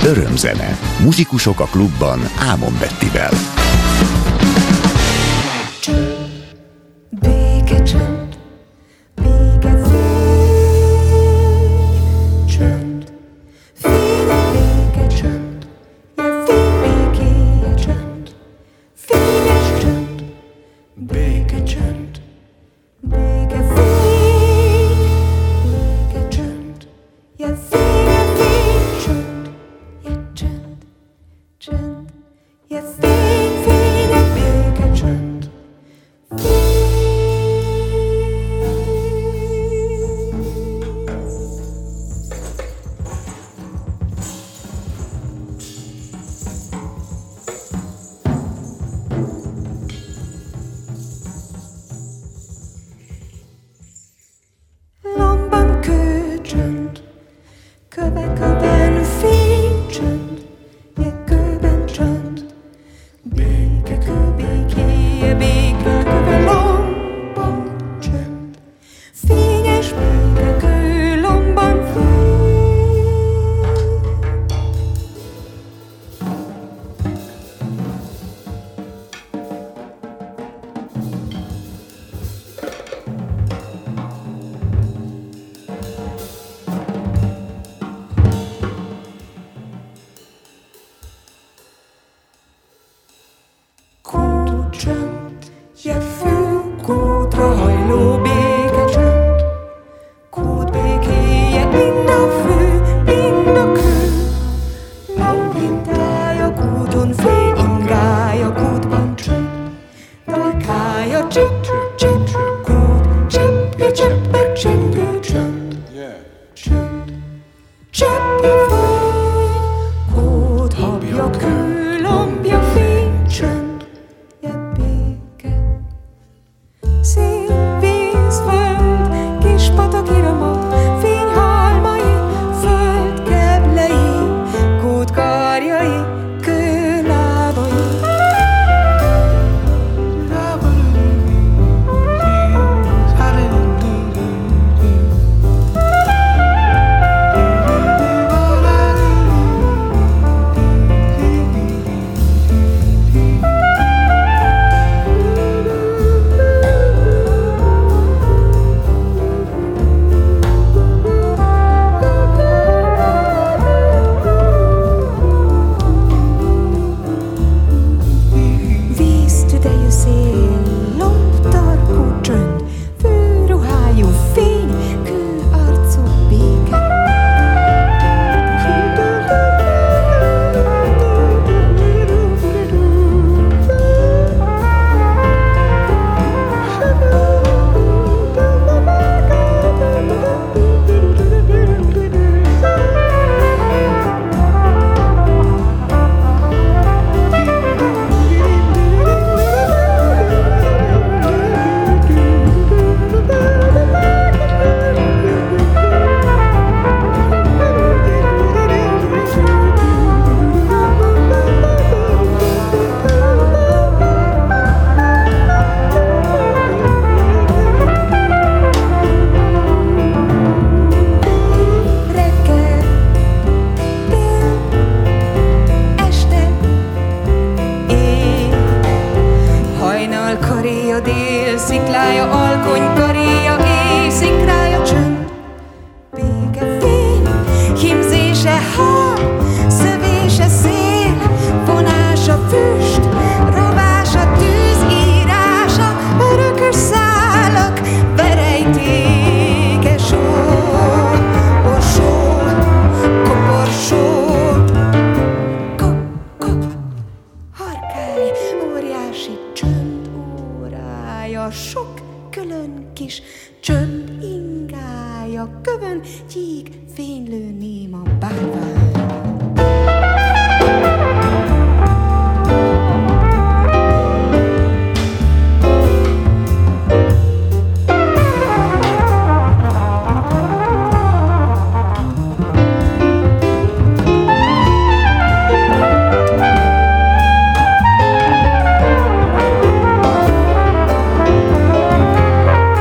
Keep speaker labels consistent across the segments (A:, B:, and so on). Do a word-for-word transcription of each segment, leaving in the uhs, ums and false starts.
A: Örömzene. Muzsikusok a klubban Ámon Bettivel.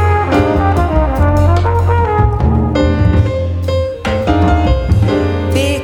B: Be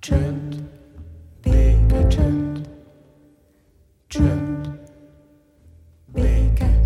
B: Csönd, béke, csönd, csönd, béke.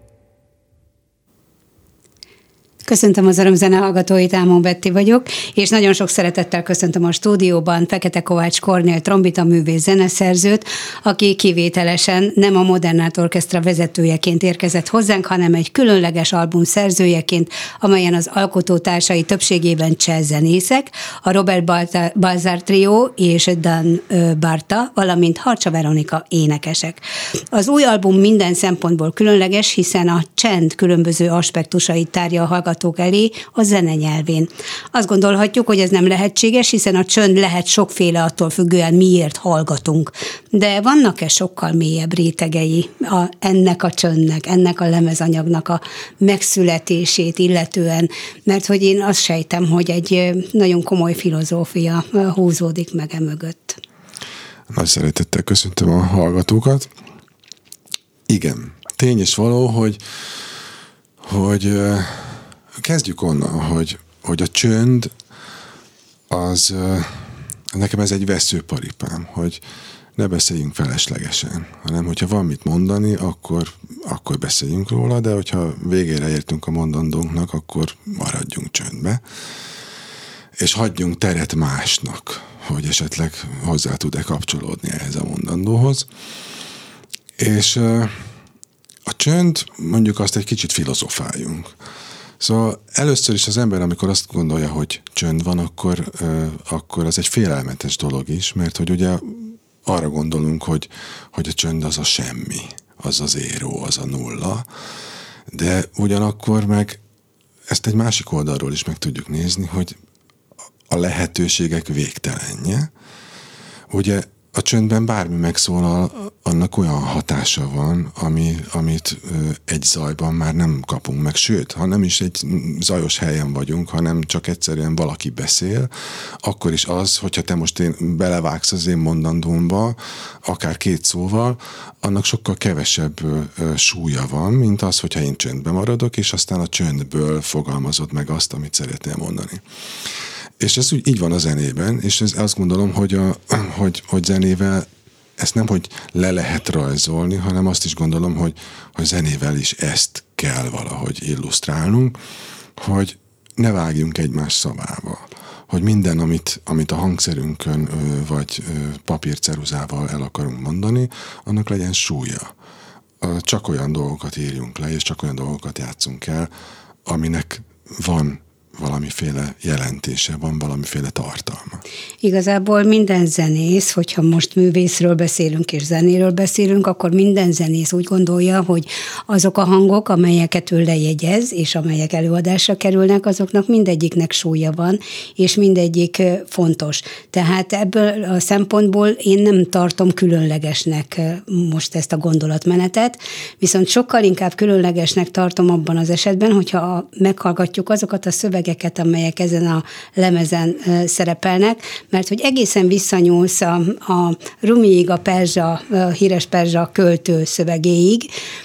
C: Köszöntöm az Örömzene hallgatóit, Ámon Betti vagyok, és nagyon sok szeretettel köszöntöm a stúdióban Fekete Kovács Kornél trombitaművész zeneszerzőt, aki kivételesen nem a Modern Art Orchestra vezetőjeként érkezett hozzánk, hanem egy különleges album szerzőjeként, amelyen az alkotótársai többségében jazz zenészek, a Robert Balzar Trio és Dan Barta, valamint Harcsa Veronika énekesek. Az új album minden szempontból különleges, hiszen a csend különböző aspektusait tárja a hallgatók elé a zene nyelvén. Azt gondolhatjuk, hogy ez nem lehetséges, hiszen a csönd lehet sokféle attól függően, miért hallgatunk. De vannak-e sokkal mélyebb rétegei a, ennek a csöndnek, ennek a lemezanyagnak a megszületését illetően? Mert hogy én azt sejtem, hogy egy nagyon komoly filozófia húzódik meg e mögött.
D: Nagy szeretettel köszöntöm a hallgatókat. Igen, tény és való, hogy hogy kezdjük onnan, hogy, hogy a csönd az, nekem ez egy veszőparipám, hogy ne beszéljünk feleslegesen, hanem hogyha van mit mondani, akkor, akkor beszéljünk róla, de hogyha végére értünk a mondandónknak, akkor maradjunk csöndbe, és hagyjunk teret másnak, hogy esetleg hozzá tud-e kapcsolódni ehhez a mondandóhoz. És a csönd, mondjuk azt egy kicsit filozofáljunk. Szóval először is az ember, amikor azt gondolja, hogy csönd van, akkor, akkor az egy félelmetes dolog is, mert hogy ugye arra gondolunk, hogy, hogy a csönd az a semmi, az az zéró, az a nulla, de ugyanakkor meg ezt egy másik oldalról is meg tudjuk nézni, hogy a lehetőségek végtelenje. Ugye a csöndben bármi megszólal, annak olyan hatása van, ami, amit egy zajban már nem kapunk meg. Sőt, ha nem is egy zajos helyen vagyunk, hanem csak egyszerűen valaki beszél, akkor is az, hogyha te most én belevágsz az én mondandómba, akár két szóval, annak sokkal kevesebb súlya van, mint az, hogyha én csöndben maradok, és aztán a csöndből fogalmazod meg azt, amit szeretnél mondani. És ez úgy így van a zenében, és ez, azt gondolom, hogy, a, hogy, hogy zenével ezt nem, hogy le lehet rajzolni, hanem azt is gondolom, hogy, hogy zenével is ezt kell valahogy illusztrálnunk, hogy ne vágjunk egymás szavába. Hogy minden, amit, amit a hangszerünkön vagy papírceruzával el akarunk mondani, annak legyen súlya. Csak olyan dolgokat írjunk le, és csak olyan dolgokat játszunk el, aminek van valamiféle jelentése, van valamiféle tartalma.
C: Igazából minden zenész, hogyha most művészről beszélünk és zenéről beszélünk, akkor minden zenész úgy gondolja, hogy azok a hangok, amelyeket ő lejegyez, és amelyek előadásra kerülnek, azoknak mindegyiknek súlya van, és mindegyik fontos. Tehát ebből a szempontból én nem tartom különlegesnek most ezt a gondolatmenetet, viszont sokkal inkább különlegesnek tartom abban az esetben, hogyha meghallgatjuk azokat a szövegeket, amelyek ezen a lemezen szerepelnek, mert hogy egészen visszanyúlsz a, a Rumiig, a perzsa, a híres perzsa költő szövegéig,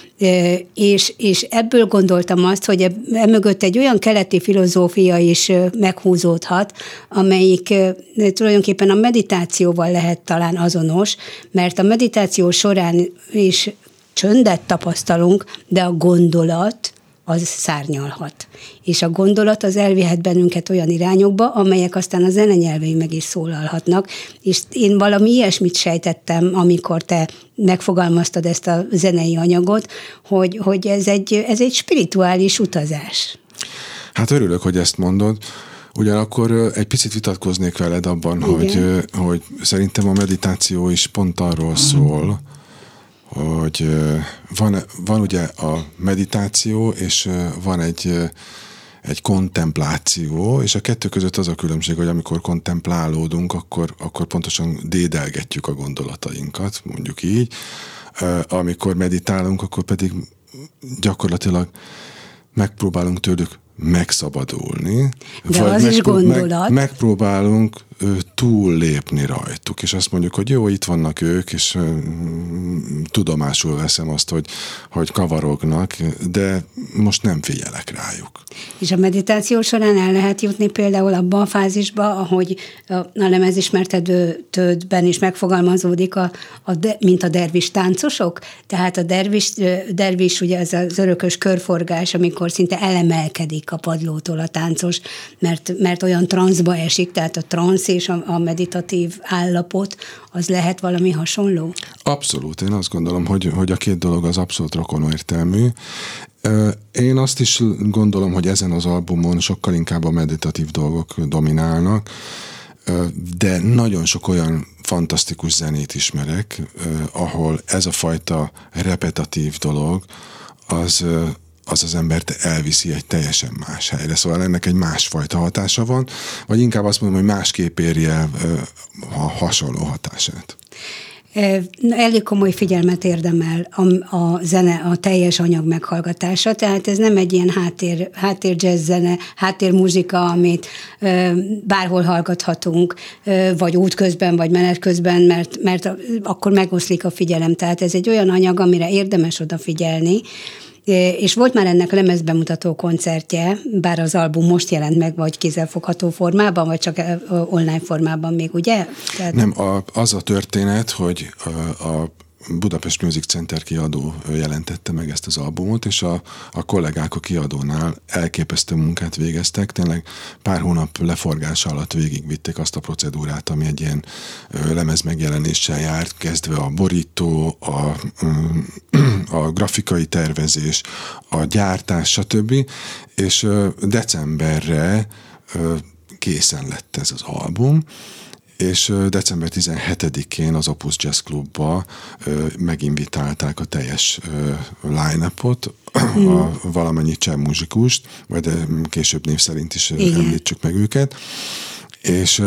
C: és, és ebből gondoltam azt, hogy emögött egy olyan keleti filozófia is meghúzódhat, amelyik tulajdonképpen a meditációval lehet talán azonos, mert a meditáció során is csöndet tapasztalunk, de a gondolat az szárnyalhat. És a gondolat az elvihet bennünket olyan irányokba, amelyek aztán a zene nyelvén meg is szólalhatnak, és én valami ilyesmit sejtettem, amikor te megfogalmaztad ezt a zenei anyagot, hogy, hogy ez, egy, ez egy spirituális utazás.
D: Hát örülök, hogy ezt mondod. Ugyanakkor egy picit vitatkoznék veled abban, hogy, hogy szerintem a meditáció is pont arról szól, hogy van, van ugye a meditáció, és van egy, egy kontempláció, és a kettő között az a különbség, hogy amikor kontemplálódunk, akkor, akkor pontosan dédelgetjük a gondolatainkat, mondjuk így. Amikor meditálunk, akkor pedig gyakorlatilag megpróbálunk tőlük megszabadulni.
C: De az is gondolat.
D: Meg, megpróbálunk ö, túllépni rajtuk, és azt mondjuk, hogy jó, itt vannak ők, és ö, tudomásul veszem azt, hogy, hogy kavarognak, de most nem figyelek rájuk.
C: És a meditáció során el lehet jutni például abba a fázisba, ahogy a, a lemezismertetőtődben is megfogalmazódik, a, a de, mint a dervis táncosok, tehát a dervis, dervis ugye ez az örökös körforgás, amikor szinte elemelkedik a padlótól a táncos, mert, mert olyan transzba esik, tehát a transz és a, a meditatív állapot, az lehet valami hasonló?
D: Abszolút, én azt gondolom, hogy, hogy a két dolog az abszolút rokonértelmű. Én azt is gondolom, hogy ezen az albumon sokkal inkább a meditatív dolgok dominálnak, de nagyon sok olyan fantasztikus zenét ismerek, ahol ez a fajta repetitív dolog, az az az embert elviszi egy teljesen más helyre. Szóval ennek egy másfajta hatása van, vagy inkább azt mondom, hogy másképp éri el a hasonló hatását.
C: Elég komoly figyelmet érdemel a, a zene, a teljes anyag meghallgatása, tehát ez nem egy ilyen háttér, háttér jazz zene, háttérmuzsika, amit ö, bárhol hallgathatunk, ö, vagy útközben, vagy menet közben, mert, mert akkor megoszlik a figyelem. Tehát ez egy olyan anyag, amire érdemes odafigyelni, és volt már ennek lemezbemutató koncertje, bár az album most jelent meg, vagy kézzelfogható formában, vagy csak online formában még, ugye? Tehát... Nem,
D: a, az a történet, hogy a, a Budapest Music Center kiadó jelentette meg ezt az albumot, és a, a kollégák a kiadónál elképesztő munkát végeztek, tényleg pár hónap leforgása alatt végigvitték azt a procedúrát, ami egy ilyen lemez megjelenéssel járt, kezdve a borító, a, a grafikai tervezés, a gyártás, stb. És decemberre készen lett ez az album, és december tizenhetedikén az Opus Jazz Clubba meginvitálták a teljes line-upot, mm. a valamennyi cseh muzsikust, majd később név szerint is Igen. említsük meg őket, és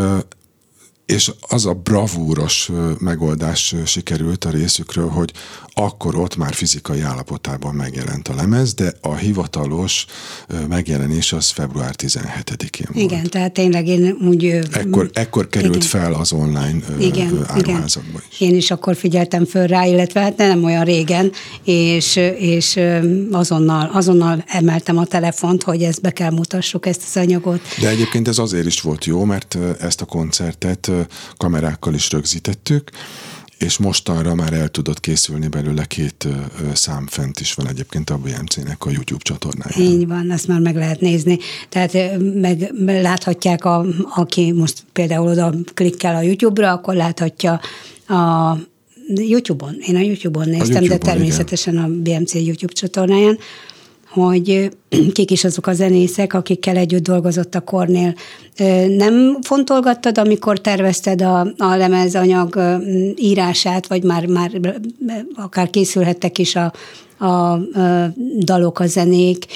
D: és az a bravúros megoldás sikerült a részükről, hogy akkor ott már fizikai állapotában megjelent a lemez, de a hivatalos megjelenés az február tizenhetedikén volt.
C: Igen, tehát tényleg én úgy...
D: Ekkor, ekkor került igen. fel az online igen, áruházakba is.
C: Én is akkor figyeltem föl rá, illetve hát nem olyan régen, és, és azonnal, azonnal emeltem a telefont, hogy ezt be kell mutassuk, ezt az anyagot.
D: De egyébként ez azért is volt jó, mert ezt a koncertet kamerákkal is rögzítettük, és mostanra már el tudott készülni belőle két szám, fent is van egyébként a bé em cének a YouTube csatornáján.
C: Így van, azt már meg lehet nézni. Tehát meg láthatják, a, aki most például oda klikkel a YouTube-ra, akkor láthatja a YouTube-on. Én a YouTube-on néztem, a YouTube-on, de természetesen igen. a bé em cé YouTube csatornáján, hogy kik is azok a zenészek, akikkel együtt dolgozott a Kornél. Nem fontolgattad, amikor tervezted a, a lemezanyag írását, vagy már, már akár készülhettek is a, a, a dalok, a zenék,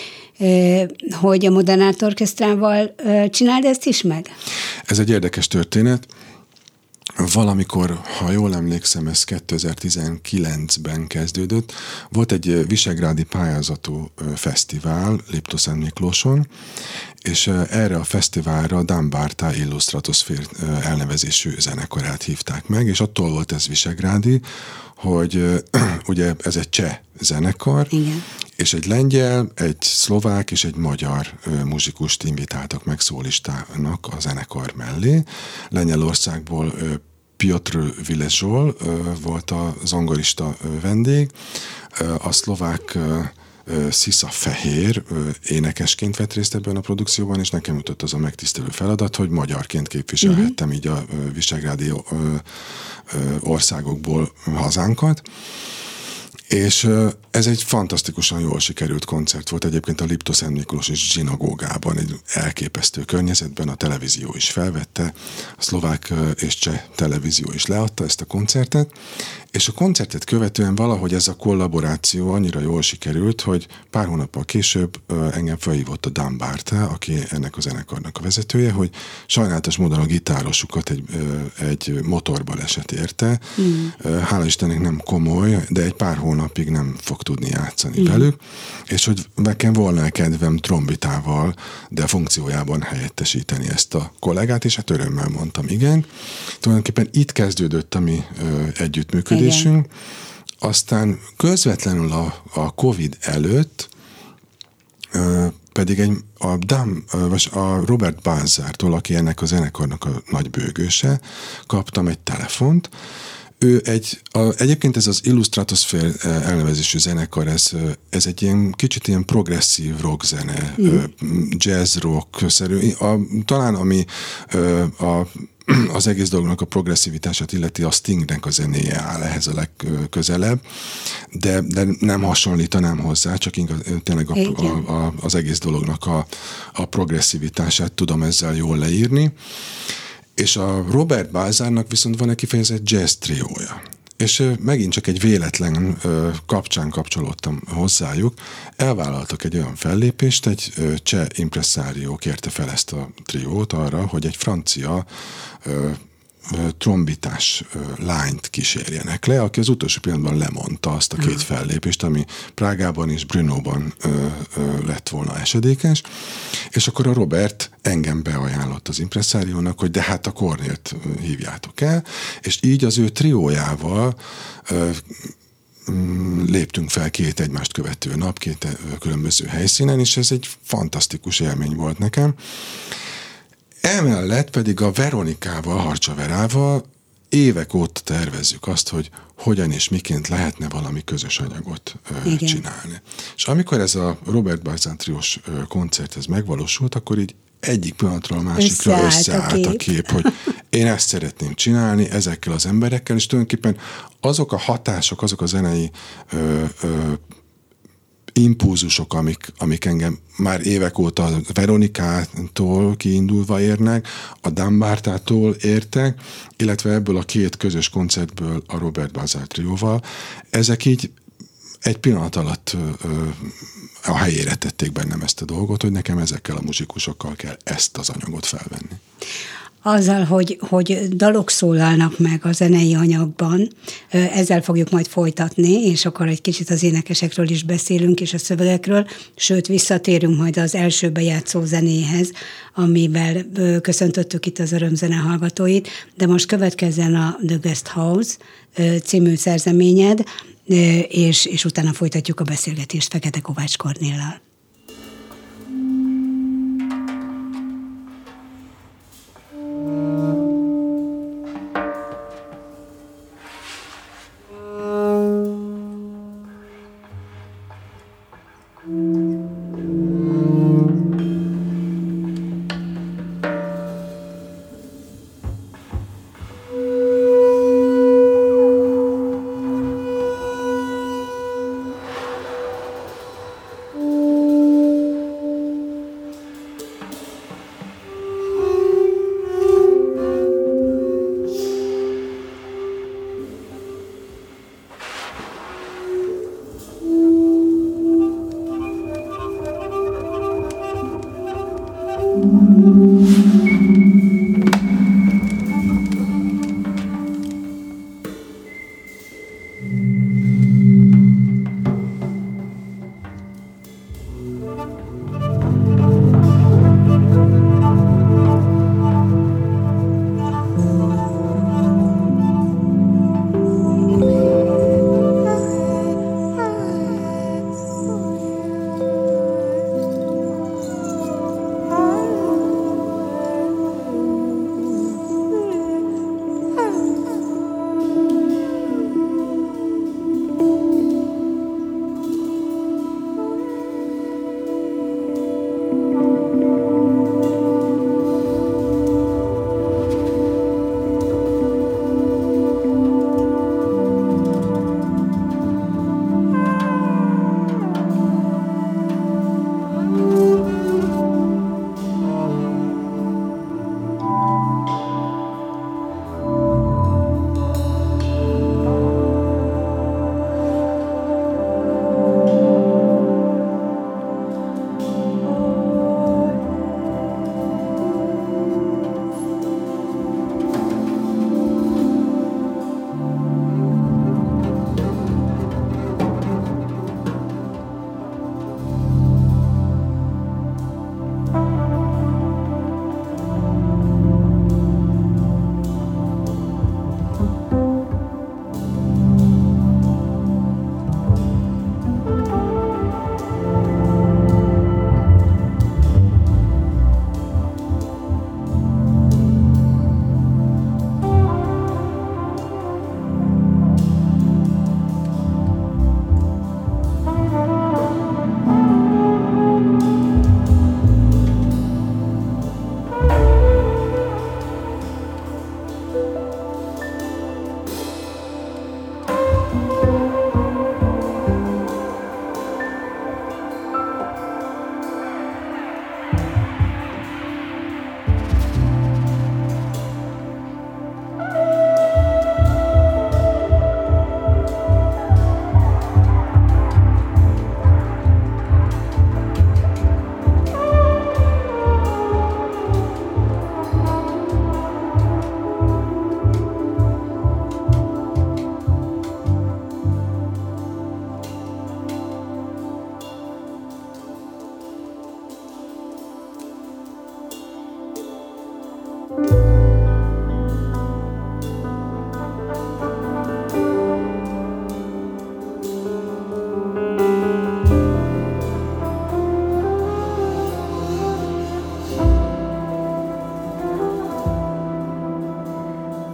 C: hogy a Modern Art Orchestrával csináld ezt is meg? Ez egy érdekes történet.
D: Valamikor, ha jól emlékszem, ez kétezer-tizenkilencben kezdődött, volt egy visegrádi pályázatú fesztivál Liptó-Szent Miklóson, és erre a fesztiválra Dan Barta Illustratosphere elnevezésű zenekarát hívták meg, és attól volt ez visegrádi, hogy ugye ez egy cseh zenekar,
C: igen.
D: és egy lengyel, egy szlovák és egy magyar muzsikust invitáltak meg szólistának a zenekar mellé. Lengyelországból Piotr Vilezsol volt a zongorista vendég, a szlovák Szisza Fehér énekesként vett részt ebben a produkcióban, és nekem jutott az a megtisztelő feladat, hogy magyarként képviselhettem uh-huh. így a visegrádi országokból hazánkat. És ez egy fantasztikusan jól sikerült koncert volt, egyébként a Liptó-Szent Miklósi zsinagógában, egy elképesztő környezetben, a televízió is felvette, a szlovák és cseh televízió is leadta ezt a koncertet, És a koncertet követően valahogy ez a kollaboráció annyira jól sikerült, hogy pár hónappal később engem felhívott a Dan Barta, aki ennek a zenekarnak a vezetője, hogy sajnálatos módon a gitárosukat egy, egy motorbaleset érte. Mm. Hála Istennek nem komoly, de egy pár hónapig nem fog tudni játszani mm. velük, és hogy nekem volna kedvem trombitával, de funkciójában helyettesíteni ezt a kollégát, és hát örömmel mondtam igen. Tulajdonképpen itt kezdődött a mi együttműködésünk. Igen. Aztán közvetlenül a, a Covid előtt ö, pedig egy, a, Dan, vagy a Robert Balzártól, aki ennek a zenekarnak a nagy bőgőse, kaptam egy telefont. Ő egy, a, egyébként ez az Illustratosphere elnevezésű zenekar, ez, ez egy ilyen kicsit ilyen progresszív rock zene, mm. jazz rock-szerű. A, talán ami a az egész dolognak a progresszivitását illeti, a Stingnek a zenéje áll ehhez a legközelebb, de, de nem hasonlítanám hozzá, csak inkább tényleg a, a, a, az egész dolognak a, a progresszivitását tudom ezzel jól leírni. És a Robert Balzárnak viszont van egy kifejezett jazz triója. És megint csak egy véletlen kapcsán kapcsolódtam hozzájuk. Elvállaltak egy olyan fellépést, egy cseh impresszárió kérte fel ezt a triót arra, hogy egy francia trombitás lányt kísérjenek le, aki az utolsó pillanatban lemondta azt a két fellépést, ami Prágában és Brnóban ö, ö, lett volna esedékes, és akkor a Robert engem beajánlott az impresszáriónak, hogy de hát a Kornélt hívjátok el, és így az ő triójával ö, léptünk fel két egymást követő nap, két különböző helyszínen, és ez egy fantasztikus élmény volt nekem. Emellett pedig a Veronikával, Harcsaverával évek óta tervezzük azt, hogy hogyan és miként lehetne valami közös anyagot ö, csinálni. És amikor ez a Robert Balzár triós koncert ez megvalósult, akkor így egyik pillanatról a másikra összeállt, összeállt a, kép. a kép, hogy én ezt szeretném csinálni ezekkel az emberekkel, és tulajdonképpen azok a hatások, azok a zenei ö, ö, impulzusok, amik, amik engem már évek óta a Veronikától kiindulva érnek, a Dan Bartától értek, illetve ebből a két közös koncertből a Robert Balzár trióval, ezek így egy pillanat alatt ö, ö, a helyére tették bennem ezt a dolgot, hogy nekem ezekkel a muzsikusokkal kell ezt az anyagot felvenni.
C: Azzal, hogy, hogy dalok szólalnak meg a zenei anyagban, ezzel fogjuk majd folytatni, és akkor egy kicsit az énekesekről is beszélünk, és a szövegekről, sőt, visszatérünk majd az első bejátszó zenéhez, amivel köszöntöttük itt az örömzene hallgatóit, de most következzen a The Guest House című szerzeményed, és, és utána folytatjuk a beszélgetést Fekete Kovács Kornéllal.
B: Ooh.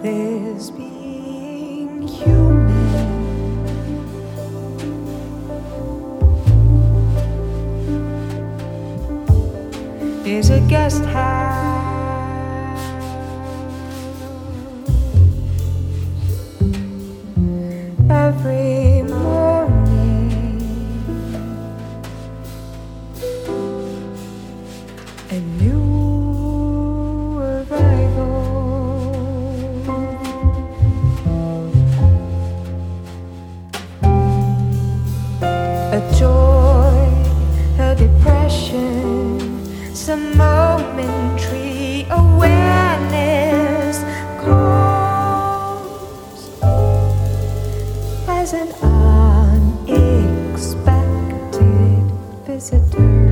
B: this being human is a guest house. Every morning a new arrival, a joy, a depression, some momentary awareness comes as an unexpected visitor.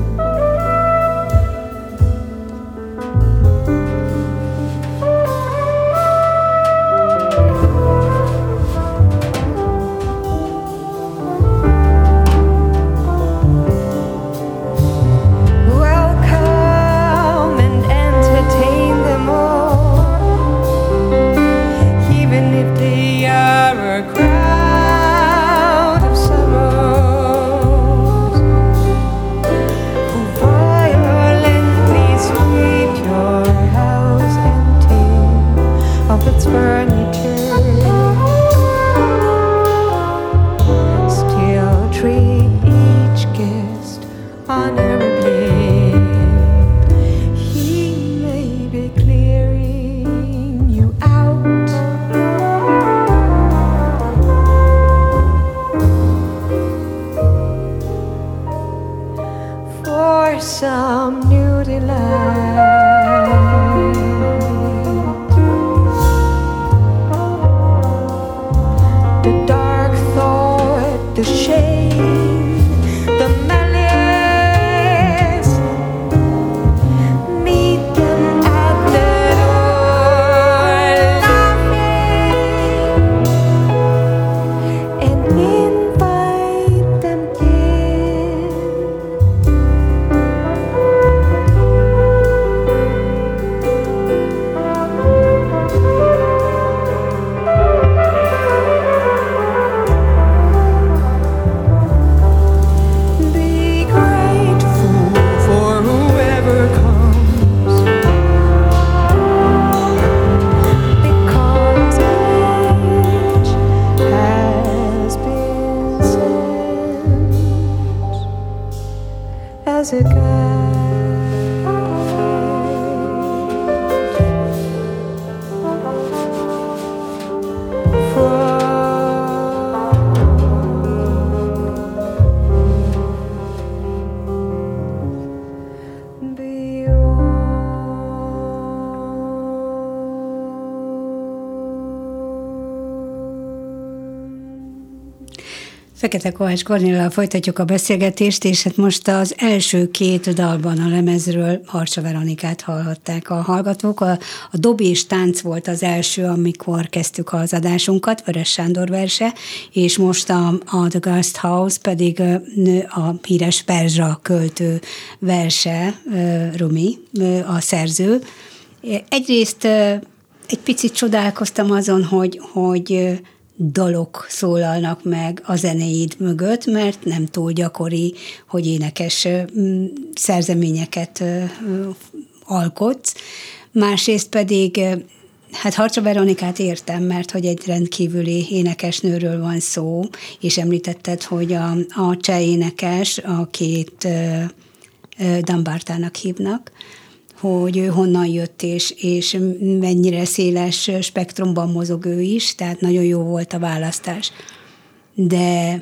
C: Fekete Kovács Kornéllal folytatjuk a beszélgetést, és hát most az első két dalban a lemezről Harcsa Veronikát hallhatták a hallgatók. A, a Dobi és tánc volt az első, amikor kezdtük az adásunkat, Vörös Sándor verse, és most a, a The Ghost House pedig a híres perzsa költő verse, Rumi, a szerző. Egyrészt egy picit csodálkoztam azon, hogy, hogy dalok szólalnak meg a zenéid mögött, mert nem túl gyakori, hogy énekes szerzeményeket alkotsz. Másrészt pedig, hát Harcsa Veronikát értem, mert hogy egy rendkívüli énekesnőről van szó, és említetted, hogy a, a cseh énekes, akit Dambártának hívnak, hogy ő honnan jött, és, és mennyire széles spektrumban mozog ő is, tehát nagyon jó volt a választás. De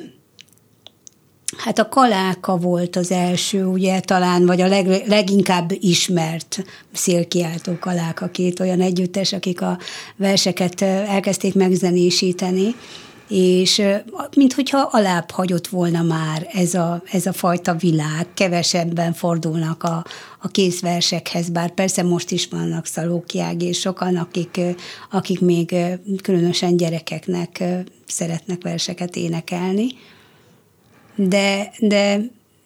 C: hát a Kaláka volt az első, ugye talán, vagy a leg, leginkább ismert szélkiáltó Kaláka, két olyan együttes, akik a verseket elkezdték megzenésíteni, és minthogyha alább hagyott volna már ez a, ez a fajta világ, kevesebben fordulnak a, a készversekhez, bár persze most is vannak Szalóki és sokan, akik, akik még különösen gyerekeknek szeretnek verseket énekelni, de, de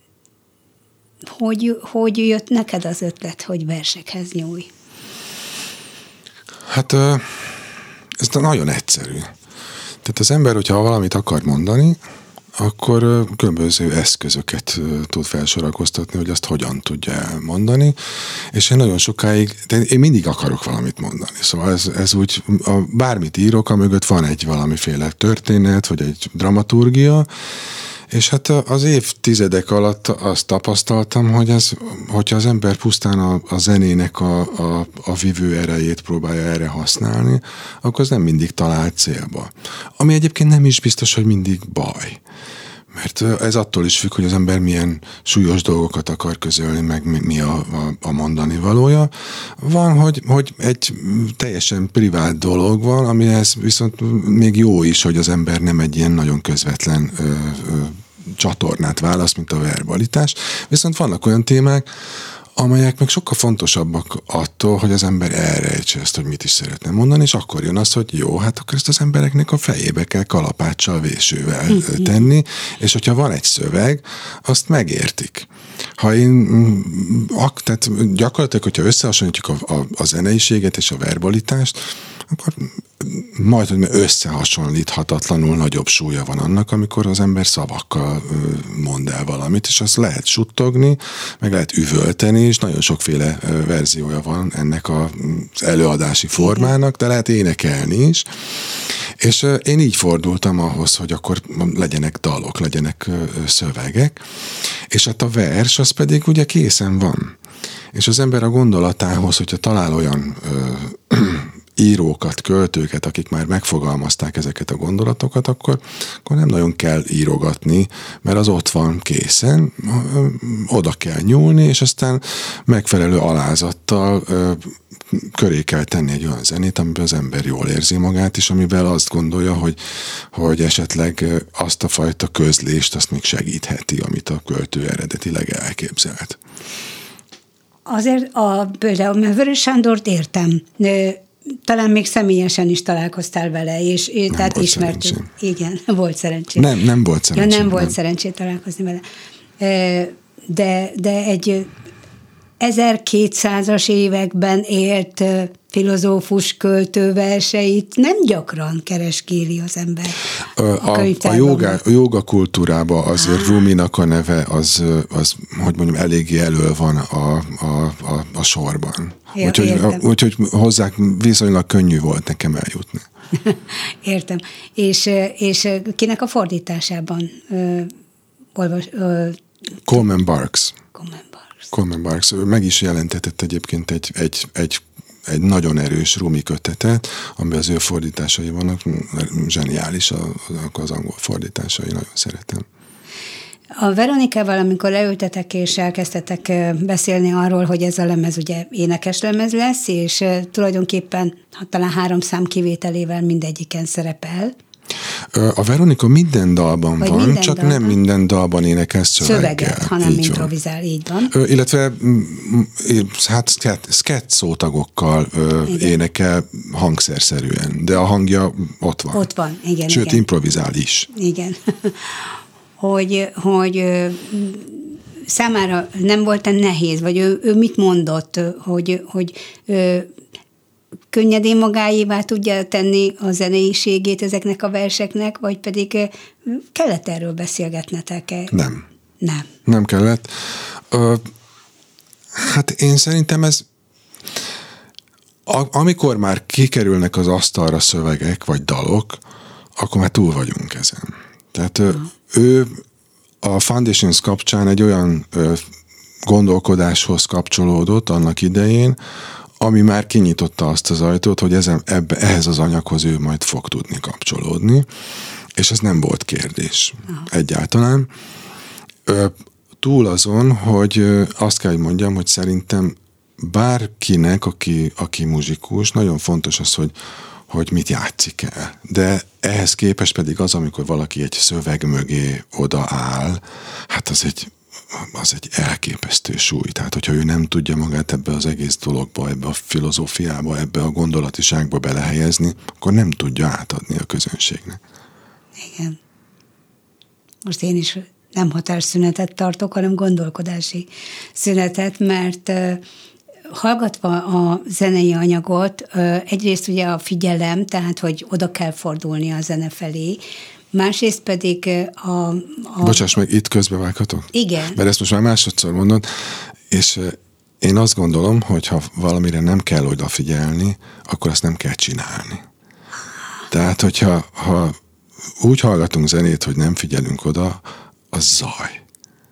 C: hogy, hogy jött neked az ötlet, hogy versekhez nyúlj?
D: Hát Ez nagyon egyszerű. Tehát az ember, hogyha valamit akar mondani, akkor különböző eszközöket tud felsorakoztatni, hogy azt hogyan tudja elmondani, és én nagyon sokáig, de én mindig akarok valamit mondani. Szóval ez, ez úgy, a, bármit írok, amögött van egy valamiféle történet, vagy egy dramaturgia, és hát az évtizedek alatt azt tapasztaltam, hogy ez, hogyha az ember pusztán a, a zenének a, a, a vívő erejét próbálja erre használni, akkor az nem mindig talál célba. Ami egyébként nem is biztos, hogy mindig baj. Mert ez attól is függ, hogy az ember milyen súlyos dolgokat akar közölni, meg mi a, a, a mondani valója. Van, hogy, hogy egy teljesen privát dolog van, amihez viszont még jó is, hogy az ember nem egy ilyen nagyon közvetlen ö, ö, csatornát választ, mint a verbalitás. Viszont vannak olyan témák, amelyek meg sokkal fontosabbak attól, hogy az ember elrejtse ezt, hogy mit is szeretne mondani, és akkor jön az, hogy jó, hát akkor ezt az embereknek a fejébe kell kalapáccsal, vésővel mm-hmm. tenni, és hogyha van egy szöveg, azt megértik. Ha én, ak, tehát gyakorlatilag, hogyha összehasonlítjuk a, a, a zeneiséget és a verbalitást, akkor majd, hogy összehasonlíthatatlanul nagyobb súlya van annak, amikor az ember szavakkal mond el valamit, és azt lehet suttogni, meg lehet üvölteni, és nagyon sokféle verziója van ennek az előadási formának, de lehet énekelni is. És én így fordultam ahhoz, hogy akkor legyenek dalok, legyenek szövegek, és hát a vers az pedig ugye készen van. És az ember a gondolatához, hogyha talál olyan ö, írókat, költőket, akik már megfogalmazták ezeket a gondolatokat, akkor, akkor nem nagyon kell írogatni, mert az ott van készen, oda kell nyúlni, és aztán megfelelő alázattal ö, köré kell tenni egy olyan zenét, amiben az ember jól érzi magát, és amivel azt gondolja, hogy, hogy esetleg azt a fajta közlést azt még segítheti, amit a költő eredetileg elképzelt.
C: Azért a, például, mert Vörös Sándort értem, talán még személyesen is találkoztál vele, és nem tehát ismertük. Szerencsém. Igen, volt szerencsém.
D: Nem, nem volt szerencsém.
C: Ja, nem volt nem. szerencsém találkozni vele. De, de egy ezerkétszázas években élt filozófus költő verseit nem gyakran kereskéli az ember. A,
D: a, a, joga, a joga kultúrában azért ah. Ruminak a neve az, az, hogy mondjam, eléggé elől van a, a, a, a sorban. Ja, úgyhogy, úgyhogy hozzá viszonylag könnyű volt nekem eljutni.
C: Értem. És, és kinek a fordításában uh, olvas? Uh,
D: Coleman Barks.
C: Coleman Barks.
D: Coleman Barks. Meg is jelentetett egyébként egy, egy, egy egy nagyon erős Rumi kötetet, amiben az ő fordításai vannak, zseniális az angol fordításai, nagyon szeretem.
C: A Veronikával, amikor leültetek és elkezdtetek beszélni arról, hogy ez a lemez ugye énekes lemez lesz, és tulajdonképpen talán három szám kivételével mindegyiken szerepel.
D: A Veronika minden dalban Vagy van, minden csak dalban. Nem minden dalban énekel szöveggel.
C: Szöveget, hanem így improvizál, van. Így van.
D: Ö, illetve hát sketch szótagokkal ö, énekel hangszerszerűen, de a hangja ott van.
C: Ott van, igen.
D: Sőt,
C: igen.
D: improvizál is.
C: Igen. hogy, hogy számára nem volt-e nehéz, vagy ő, ő mit mondott, hogy, hogy könnyedén magáévá tudja tenni a zeneiségét ezeknek a verseknek, vagy pedig kellett erről beszélgetnetek?
D: Nem.
C: Nem.
D: Nem kellett. Ö, hát én szerintem ez a, amikor már kikerülnek az asztalra szövegek, vagy dalok, akkor már túl vagyunk ezen. Tehát ö, ő a Foundations kapcsán egy olyan ö, gondolkodáshoz kapcsolódott annak idején, ami már kinyitotta azt az ajtót, hogy ezen, ebbe, ehhez az anyaghoz ő majd fog tudni kapcsolódni, és ez nem volt kérdés Aha. egyáltalán. Ö, túl azon, hogy azt kell, hogy mondjam, hogy szerintem bárkinek, aki, aki muzsikus, nagyon fontos az, hogy, hogy mit játszik el. De ehhez képest pedig az, amikor valaki egy szöveg mögé odaáll, hát az egy az egy elképesztő súly. Tehát, hogyha ő nem tudja magát ebbe az egész dologba, ebbe a filozófiába, ebbe a gondolatiságba belehelyezni, akkor nem tudja átadni a közönségnek.
C: Igen. Most én is nem határszünetet tartok, hanem gondolkodási szünetet, mert hallgatva a zenei anyagot, egyrészt ugye a figyelem, tehát hogy oda kell fordulni a zene felé, másrészt pedig a... a...
D: Bocsáss meg, itt közbevághatok?
C: Igen.
D: Mert ezt most már másodszor mondod, és én azt gondolom, hogy ha valamire nem kell odafigyelni, akkor azt nem kell csinálni. Tehát, hogyha ha úgy hallgatunk zenét, hogy nem figyelünk oda, az zaj.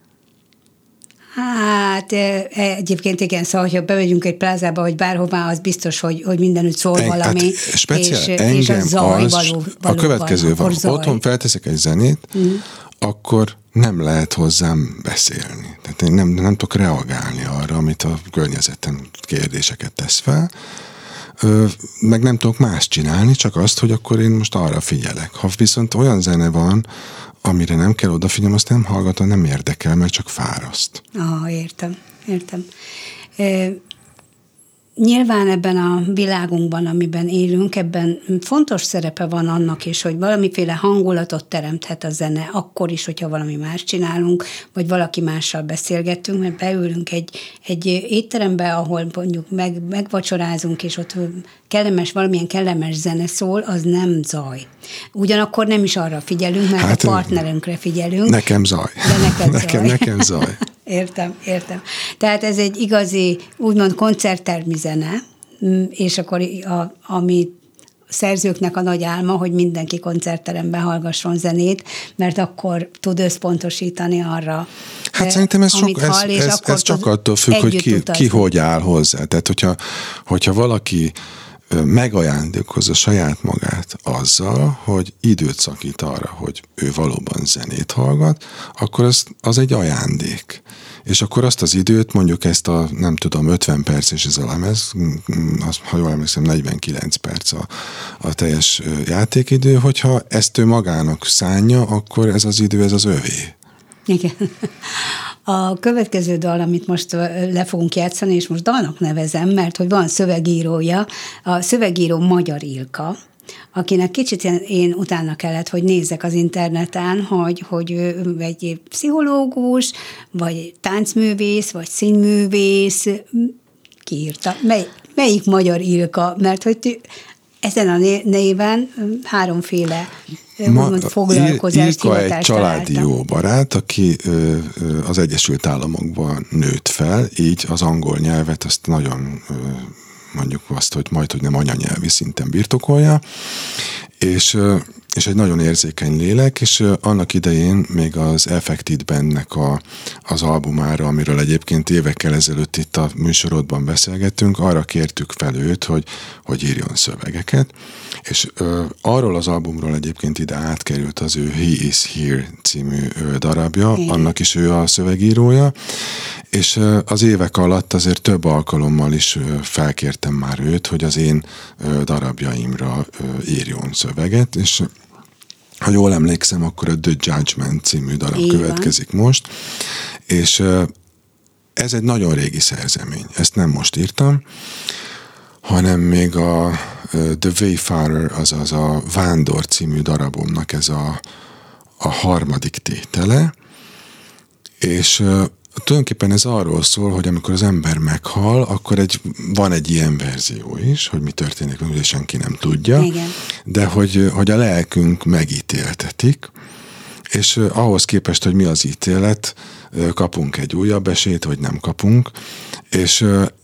C: Hát egyébként igen, szóval, hogyha bemegyünk egy plázába, vagy bárhová, az biztos, hogy, hogy mindenütt szól
D: Eng,
C: valami,
D: hát speciál,
C: és,
D: engem
C: és a zaj
D: az,
C: való, való,
D: a következő van,
C: van
D: otthon felteszek egy zenét, mm. akkor nem lehet hozzám beszélni. Tehát én nem, nem tudok reagálni arra, amit a környezetem kérdéseket tesz fel, Ö, meg nem tudok más csinálni, csak azt, hogy akkor én most arra figyelek. Ha viszont olyan zene van, amire nem kell odafigyelni, azt nem hallgatom, nem érdekel, mert csak fáraszt.
C: Ah, értem, értem. E, nyilván ebben a világunkban, amiben élünk, ebben fontos szerepe van annak is, hogy valamiféle hangulatot teremthet a zene, akkor is, hogyha valami más csinálunk, vagy valaki mással beszélgettünk, mert beülünk egy, egy étterembe, ahol mondjuk meg, megvacsorázunk, és ott kellemes, valamilyen kellemes zene szól, az nem zaj. Ugyanakkor nem is arra figyelünk, mert hát, a partnerünkre figyelünk.
D: Nekem zaj.
C: De neked
D: nekem,
C: zaj.
D: nekem zaj.
C: Értem, értem. Tehát ez egy igazi, úgymond koncerttermi zene, és akkor a, ami szerzőknek a nagy álma, hogy mindenki koncertteremben hallgasson zenét, mert akkor tud összpontosítani arra,
D: hát szerintem ez, sok, ez,
C: hall,
D: ez, ez csak attól függ, hogy ki, ki hogy áll hozzá. Tehát, hogyha, hogyha valaki megajándékozza saját magát azzal, hogy időt szakít arra, hogy ő valóban zenét hallgat, akkor az, az egy ajándék. És akkor azt az időt, mondjuk ezt a, nem tudom, ötven perc és ez a lemez, az, ha jól emlékszem, negyvenkilenc perc a, a teljes játékidő, hogyha ezt ő magának szánja, akkor ez az idő, ez az övé.
C: Igen. A következő dal, amit most le fogunk játszani, és most dalnak nevezem, mert hogy van szövegírója, a szövegíró Magyar Ilka, akinek kicsit én utána kellett, hogy nézzek az interneten, hogy, hogy ő egy pszichológus, vagy táncművész, vagy színművész, kiírta. Mely, melyik Magyar Ilka? Mert hogy ezen a néven háromféle Ma, foglalkozást,
D: Ilka egy családi jó barát, aki ö, ö, az Egyesült Államokban nőtt fel, így az angol nyelvet azt nagyon ö, mondjuk azt, hogy majd, hogy nem anyanyelvi szinten birtokolja, és, és egy nagyon érzékeny lélek, és annak idején még az Affected Bandnek a, az albumára, amiről egyébként évekkel ezelőtt itt a műsorodban beszélgettünk, arra kértük fel őt, hogy, hogy írjon szövegeket, és ö, arról az albumról egyébként ide átkerült az ő He Is Here című ö, darabja, igen. Annak is ő a szövegírója, és az évek alatt azért több alkalommal is felkértem már őt, hogy az én darabjaimra írjon szöveget, és ha jól emlékszem, akkor a The Judgment című darab igen. következik most, és ez egy nagyon régi szerzemény, ezt nem most írtam, hanem még a The Wayfarer, azaz a Vándor című darabomnak ez a, a harmadik tétele, és tulajdonképpen ez arról szól, hogy amikor az ember meghal, akkor egy, van egy ilyen verzió is, hogy mi történik, hogy senki nem tudja, igen. de hogy, hogy a lelkünk megítéltetik, és ahhoz képest, hogy mi az ítélet, kapunk egy újabb esélyt, vagy nem kapunk, és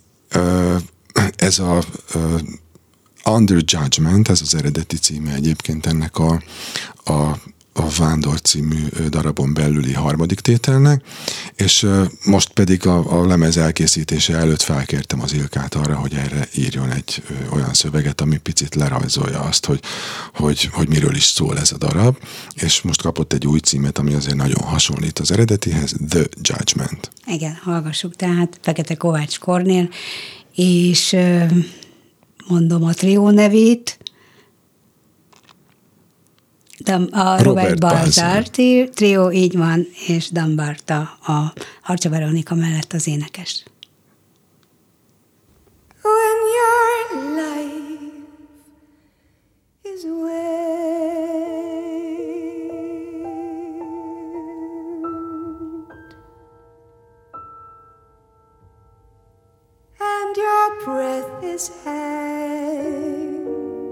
D: ez a Under Judgment, ez az eredeti címe egyébként ennek a, a a Vándor című darabon belüli harmadik tételnek, és most pedig a, a lemez elkészítése előtt felkértem az Ilkát arra, hogy erre írjon egy ö, olyan szöveget, ami picit lerajzolja azt, hogy, hogy, hogy miről is szól ez a darab, és most kapott egy új címet, ami azért nagyon hasonlít az eredetihez, The Judgment.
C: Igen, hallgassuk tehát Fekete Kovács Kornél, és mondom a trió nevét, a Robert, Robert Balzar trió, így van, és Dan Barta a Harcsa Veronika mellett az énekes.
B: When your life is wet and your his hand.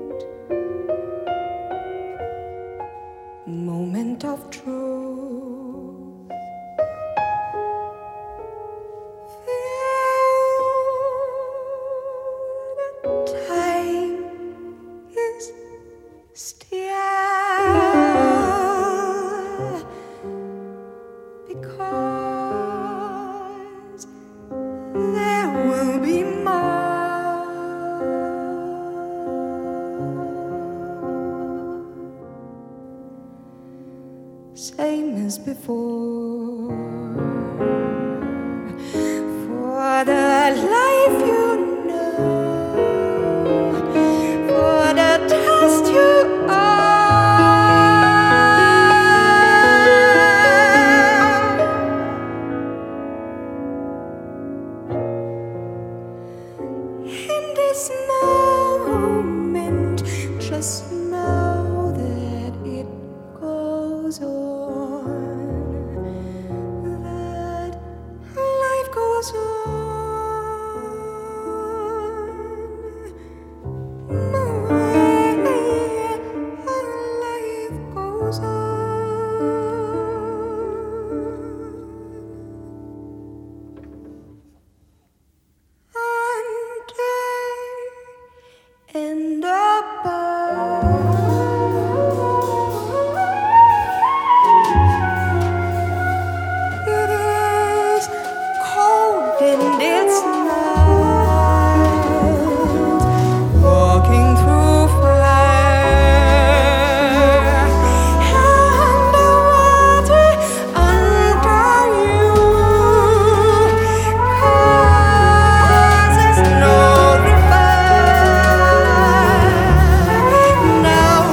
B: Moment of truth. Feel the time is still, because there will be more. Same as before, for the life you know, for the test you just know that it goes on, that life goes on. My life goes on. And it is cold and it's night, walking through fire and the water under you, 'cause there's no now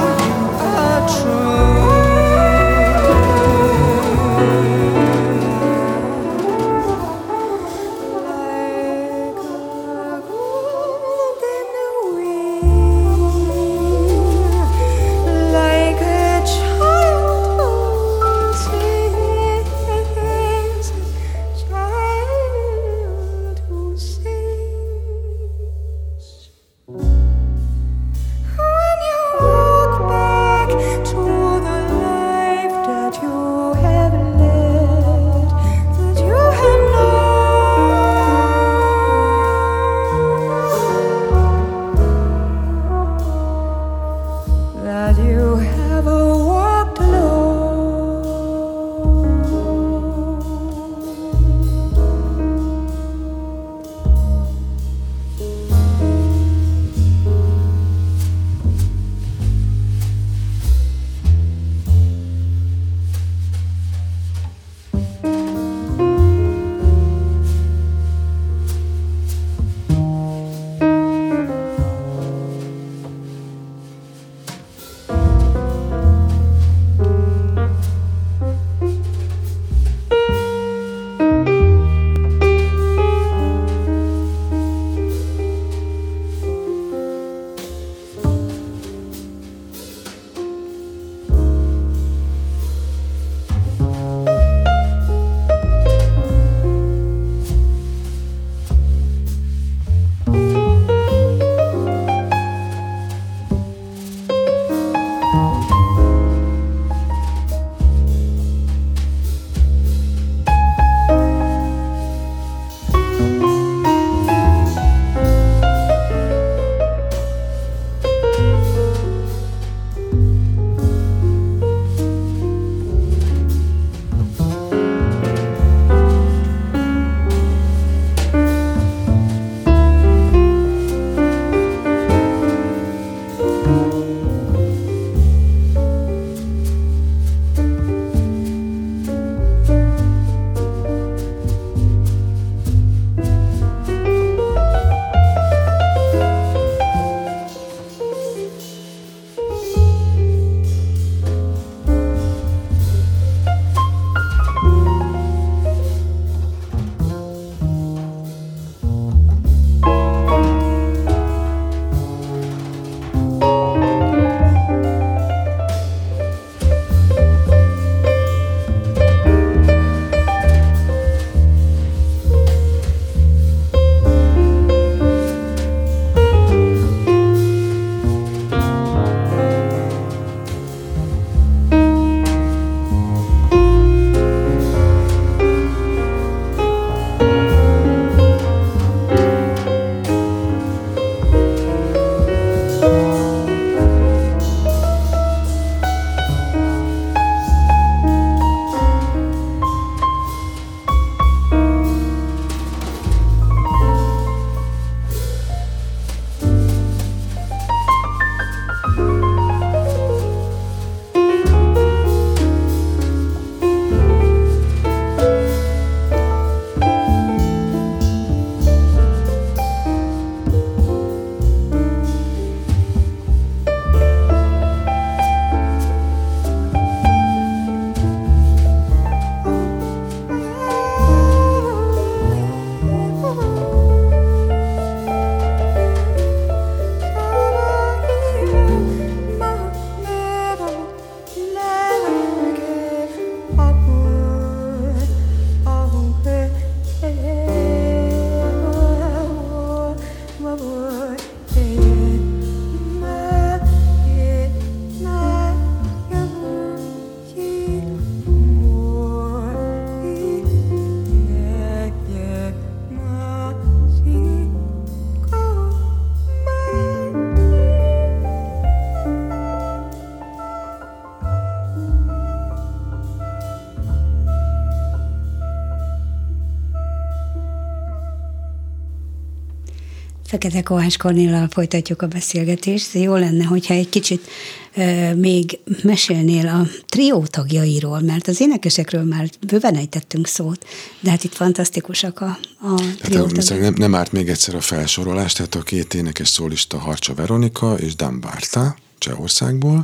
C: Fekete Kovács Kornéllal folytatjuk a beszélgetést. Jó lenne, hogyha egy kicsit e, még mesélnél a trió tagjairól, mert az énekesekről már bőven ejtettünk szót, de hát itt fantasztikusak a, a trió tagjai.
D: Nem, nem árt még egyszer a felsorolás, tehát a két énekes szólista Harcsa Veronika és Dan Barta Csehországból,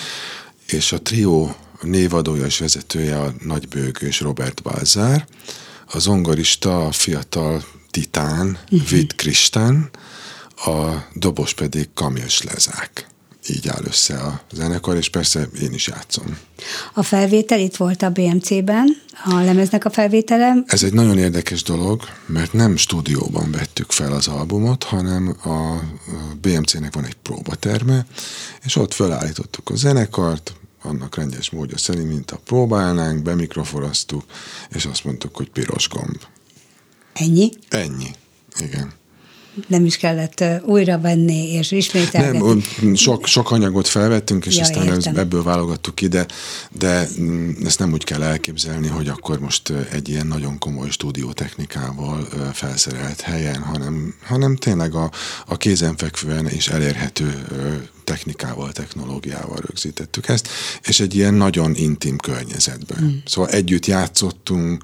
D: és a trió névadója és vezetője a nagybőgős Robert Balzár, a zongorista a fiatal titán, uh-huh. Vid Kristán, a dobos pedig Kamil Slezák. Így áll össze a zenekar, és persze én is játszom.
C: A felvétel itt volt a bé em cében, a lemeznek a felvétele.
D: Ez egy nagyon érdekes dolog, mert nem stúdióban vettük fel az albumot, hanem a bé em cének van egy próbaterme, és ott felállítottuk a zenekart, annak rendes módja szerint, mint a próbálnánk, bemikrofonoztuk, és azt mondtuk, hogy piros gomb.
C: Ennyi?
D: Ennyi, igen.
C: Nem is kellett újra venni és ismételgetni.
D: Nem, sok, sok anyagot felvettünk, és
C: ja,
D: aztán
C: értem.
D: ebből válogattuk ki, de, de ezt nem úgy kell elképzelni, hogy akkor most egy ilyen nagyon komoly stúdiótechnikával felszerelt helyen, hanem, hanem tényleg a, a kézenfekvően és elérhető technikával, technológiával rögzítettük ezt, és egy ilyen nagyon intim környezetben. Mm. Szóval együtt játszottunk,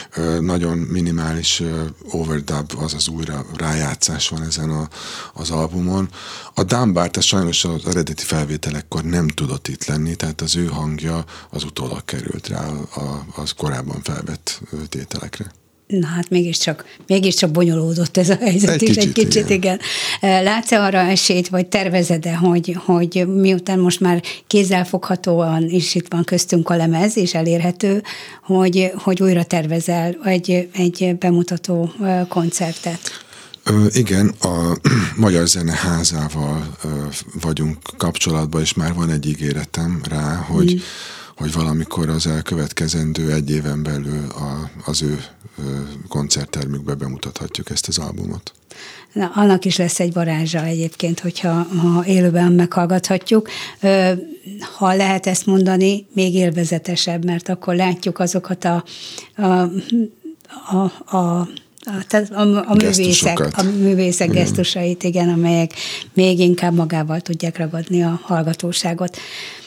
D: nagyon minimális overdub, azaz újra rájátszás van ezen a, az albumon. A Dan Barta sajnos az eredeti felvételekkor nem tudott itt lenni, tehát az ő hangja az utólag került rá az korábban felvett tételekre.
C: Na hát mégiscsak, mégiscsak bonyolódott ez a helyzet
D: egy
C: is
D: kicsit,
C: egy kicsit, igen. igen. Látsz-e arra esélyt, vagy tervezed-e, hogy, hogy miután most már kézzelfoghatóan is itt van köztünk a lemez, és elérhető, hogy, hogy újra tervezel egy, egy bemutató koncertet?
D: Ö, igen, a Magyar Zeneházával ö, vagyunk kapcsolatban, és már van egy ígéretem rá, hogy mm. hogy valamikor az elkövetkezendő egy éven belül a, az ő koncerttermükbe bemutathatjuk ezt az albumot.
C: Na, annak is lesz egy varázsa egyébként, hogyha ha élőben meghallgathatjuk. Ha lehet ezt mondani, még élvezetesebb, mert akkor látjuk azokat a, a, a, a A, a, a művészek, a művészek igen. gesztusait, igen, amelyek még inkább magával tudják ragadni a hallgatóságot.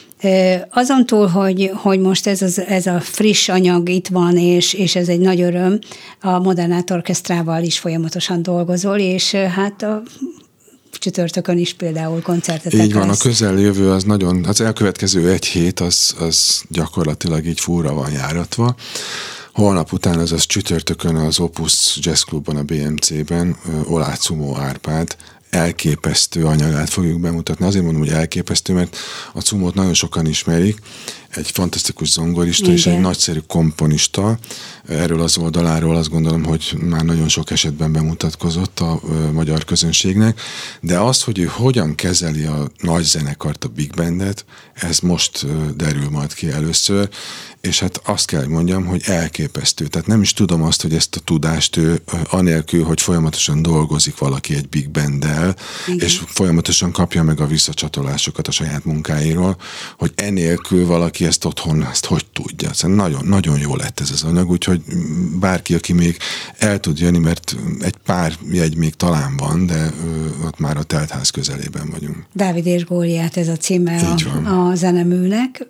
C: Azon túl, hogy, hogy most ez, az, ez a friss anyag itt van, és, és ez egy nagy öröm, a Modern Art Orchestrával is folyamatosan dolgozol, és hát a csütörtökön is például koncertetek
D: Így van,
C: lesz.
D: A közeljövő az nagyon, az elkövetkező egy hét, az, az gyakorlatilag így fúra van járatva. Holnap után, azaz csütörtökön az Opus Jazz Clubban, a bé em cében Oláh Cumó Árpád elképesztő anyagát fogjuk bemutatni. Azért mondom, hogy elképesztő, mert a Cumót nagyon sokan ismerik, egy fantasztikus zongorista igen. és egy nagyszerű komponista. Erről az oldaláról azt gondolom, hogy már nagyon sok esetben bemutatkozott a magyar közönségnek, de az, hogy ő hogyan kezeli a nagy zenekart, a big bandet, ez most derül majd ki először, és hát azt kell, hogy mondjam, hogy elképesztő. Tehát nem is tudom azt, hogy ezt a tudást ő anélkül, hogy folyamatosan dolgozik valaki egy big banddel, igen. és folyamatosan kapja meg a visszacsatolásokat a saját munkáiról, hogy enélkül valaki ezt otthon, ezt hogy tudja. Szóval nagyon, nagyon jó lett ez az anyag, úgyhogy bárki, aki még el tud jönni, mert egy pár jegy még talán van, de ott már a teltház közelében vagyunk. Dávid és Góliát, ez a címe a, a zeneműnek,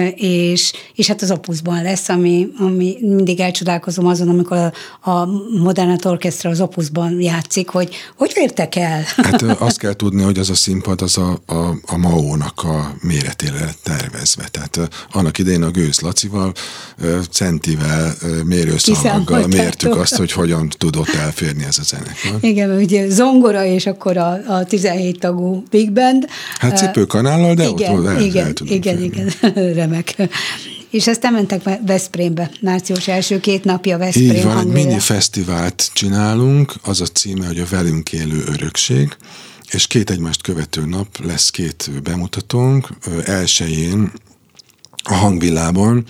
D: és, és hát az Opusban lesz, ami, ami mindig elcsodálkozom azon, amikor a, a Modern Art Orchestra az Opusban játszik, hogy hogy értek el? Hát azt kell tudni, hogy az a színpad az a, a, a em á ó-nak a méretére tervezve. Tehát annak idején a Gőz Lacival, centivel, mérőszalaggal mértük azt, hogy hogyan tudott elférni ez a zenekar. Igen, ugye zongora, és akkor a, a tizenhét tagú big band. Hát cipőkanállal, de igen, ott el, igen, el tudunk igen, férni. Igen, remek. És aztán mentek Veszprémbe, március első két napja Veszprém. Így van, egy mini fesztivált csinálunk, az a címe, hogy a Velünk élő örökség, és két egymást követő nap lesz két bemutatónk. Elsőjén a Hangvillában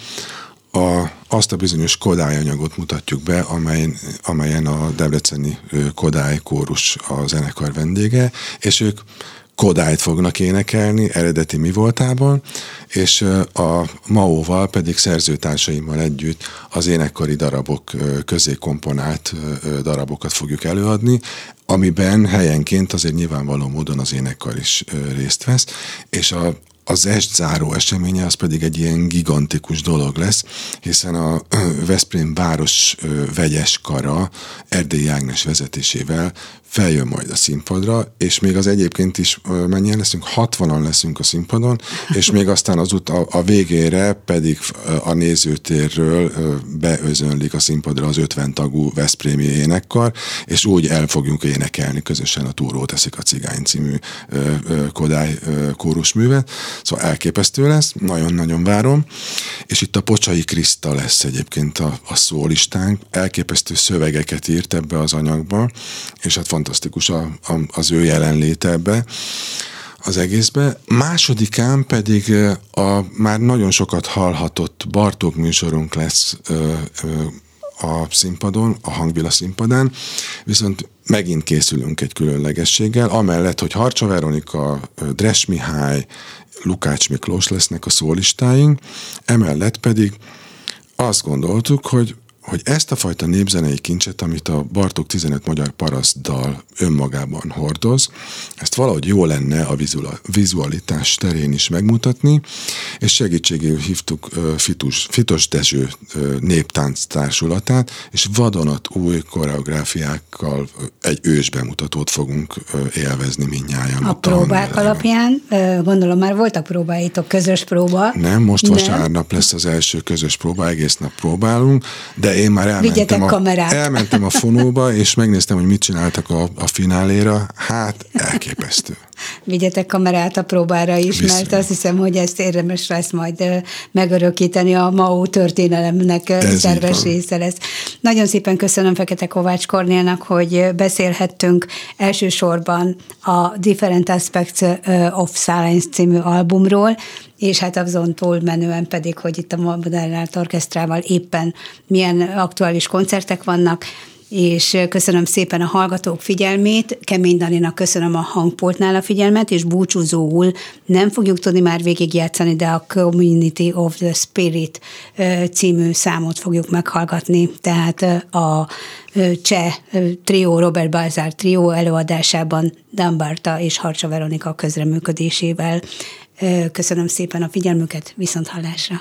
D: a, azt a bizonyos Kodály anyagot mutatjuk be, amelyen, amelyen a debreceni Kodály kórus a zenekar vendége, és ők Kodályt fognak énekelni eredeti mi voltában, és a em á ó-val pedig szerzőtársaimmal együtt az énekkari darabok közé komponált darabokat fogjuk előadni. amiben helyenként azért nyilvánvaló módon az énekkar is részt vesz, és a az est záró eseménye az pedig egy ilyen gigantikus dolog lesz, hiszen a Veszprém város vegyes kara Erdélyi Ágnes vezetésével feljön majd a színpadra, és még az egyébként is mennyien leszünk? hatvanan leszünk a színpadon, és még aztán az ut- a, a végére pedig a nézőtérről beözönlik a színpadra az ötven tagú veszprémi énekkar, és úgy el fogjuk énekelni közösen a Túró teszik a cigány című Kodály kórusművet. Szóval elképesztő lesz, nagyon-nagyon várom, és itt a Pocsai Kriszta lesz egyébként a, a szólistánk, elképesztő szövegeket írt ebbe az anyagba, és hát fantasztikus a, a, az ő jelenléte ebbe az egészbe. Másodikán pedig a már nagyon sokat hallhatott Bartók műsorunk lesz ö, ö, a színpadon, a Hangvilla színpadán, viszont megint készülünk egy különlegességgel, amellett, hogy Harcsa Veronika, Dress Mihály, Lukács Miklós lesznek a szólistáink, emellett pedig azt gondoltuk, hogy hogy ezt a fajta népzenei kincset, amit a Bartók tizenöt magyar parasztdal önmagában hordoz, ezt valahogy jó lenne a vizualitás terén is megmutatni, és segítségéül hívtuk Fitus, Fitos Dezső néptánc társulatát, és vadonat új koreográfiákkal egy ős bemutatót fogunk élvezni mindnyájan.
C: A próbák alapján, gondolom már voltak próbáitok, közös próba.
D: Nem, most vasárnap lesz az első közös próba, egész nap próbálunk, de én már elmentem a, elmentem a fonóba, és megnéztem, hogy mit csináltak a, a fináléra. Hát, elképesztő.
C: Vigyetek kamerát a próbára is, Viszont. mert azt hiszem, hogy ezt érdemes lesz majd megörökíteni, a em á u történelemnek Ez szerves része lesz. Nagyon szépen köszönöm Fekete Kovács Kornélnak, hogy beszélhettünk elsősorban a Different Aspects of Silence című albumról, és hát azon túl menően pedig, hogy itt a Modern Art Orchestrával éppen milyen aktuális koncertek vannak, és köszönöm szépen a hallgatók figyelmét, Kemény Daninak köszönöm a hangpultnál a figyelmet, és búcsúzóul nem fogjuk tudni már végigjátszani, de a Community of the Spirit című számot fogjuk meghallgatni, tehát a cseh trió, Robert Balzár trió előadásában Dan Barta és Harcsa Veronika közreműködésével. Köszönöm szépen a figyelmüket, viszont hallásra!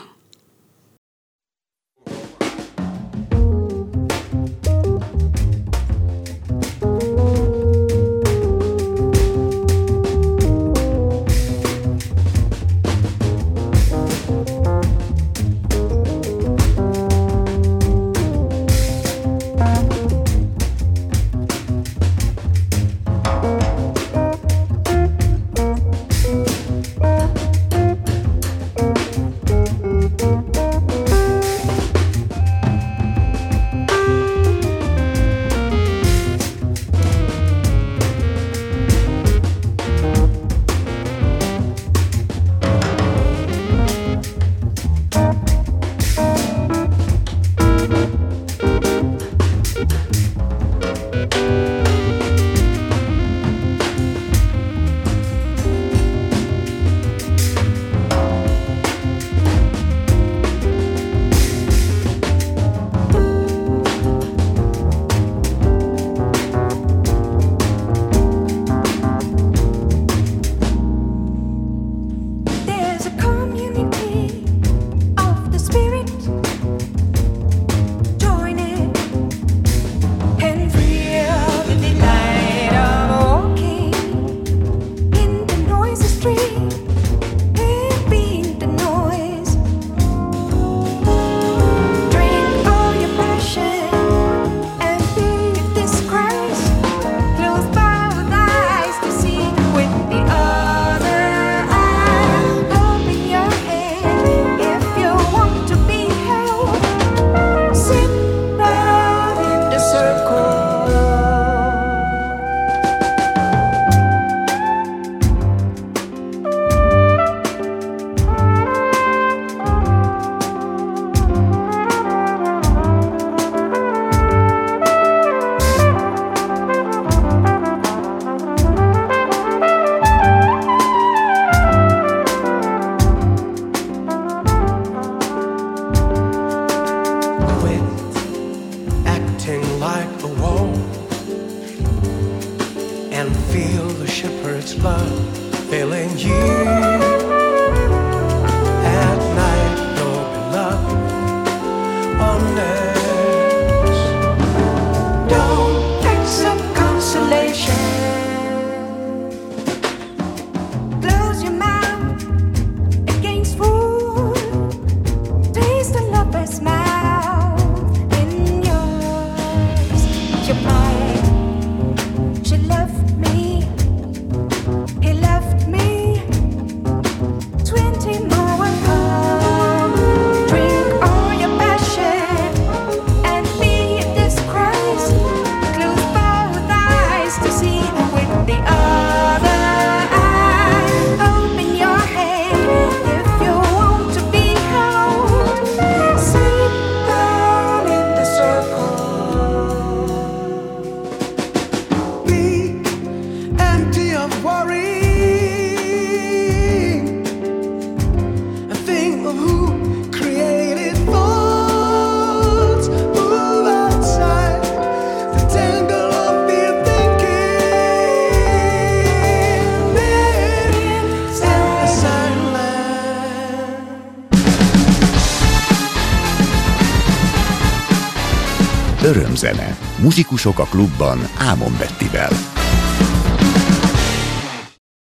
A: Örömzene. Muzsikusok a klubban Ámon Bettivel.